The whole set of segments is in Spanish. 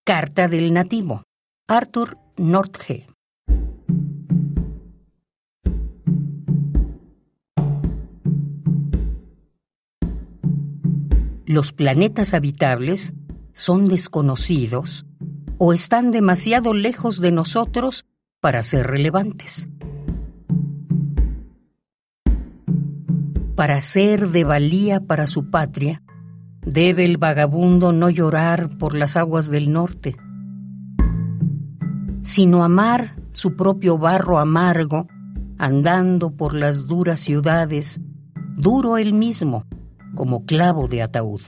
Carta del nativo. Arthur Nordge. Los planetas habitables son desconocidos o están demasiado lejos de nosotros para ser relevantes. Para ser de valía para su patria, debe el vagabundo no llorar por las aguas del norte, sino amar su propio barro amargo, andando por las duras ciudades, duro él mismo, como clavo de ataúd.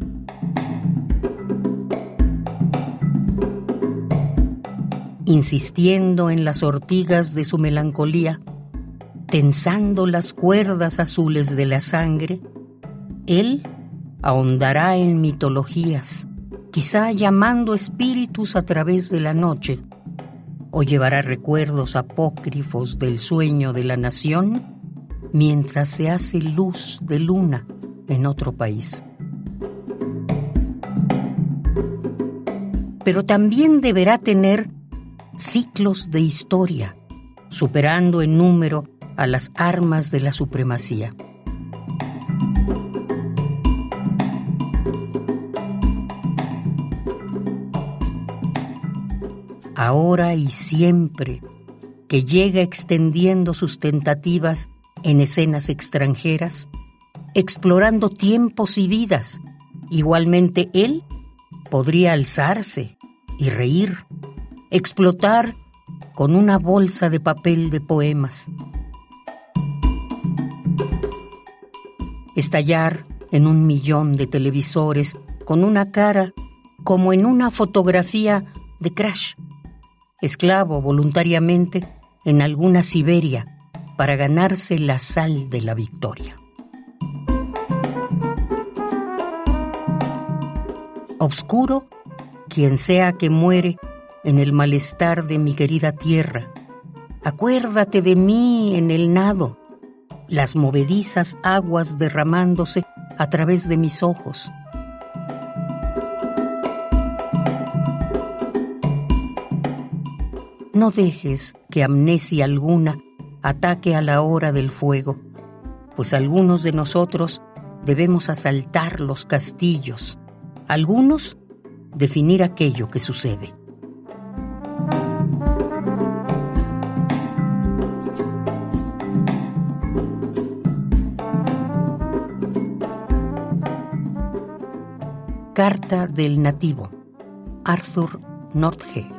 Insistiendo en las ortigas de su melancolía, tensando las cuerdas azules de la sangre, él ahondará en mitologías, quizá llamando espíritus a través de la noche, o llevará recuerdos apócrifos del sueño de la nación mientras se hace luz de luna en otro país. Pero también deberá tener ciclos de historia, superando en número a las armas de la supremacía. Ahora y siempre que llega extendiendo sus tentativas en escenas extranjeras, explorando tiempos y vidas, igualmente él podría alzarse y reír, explotar con una bolsa de papel de poemas, estallar en 1.000.000 de televisores con una cara como en una fotografía de Crash, esclavo voluntariamente en alguna Siberia para ganarse la sal de la victoria. Obscuro quien sea que muere en el malestar de mi querida tierra. Acuérdate de mí en el nado, las movedizas aguas derramándose a través de mis ojos. No dejes que amnesia alguna ataque a la hora del fuego, pues algunos de nosotros debemos asaltar los castillos, algunos definir aquello que sucede. Carta del nativo. Arthur Nordge.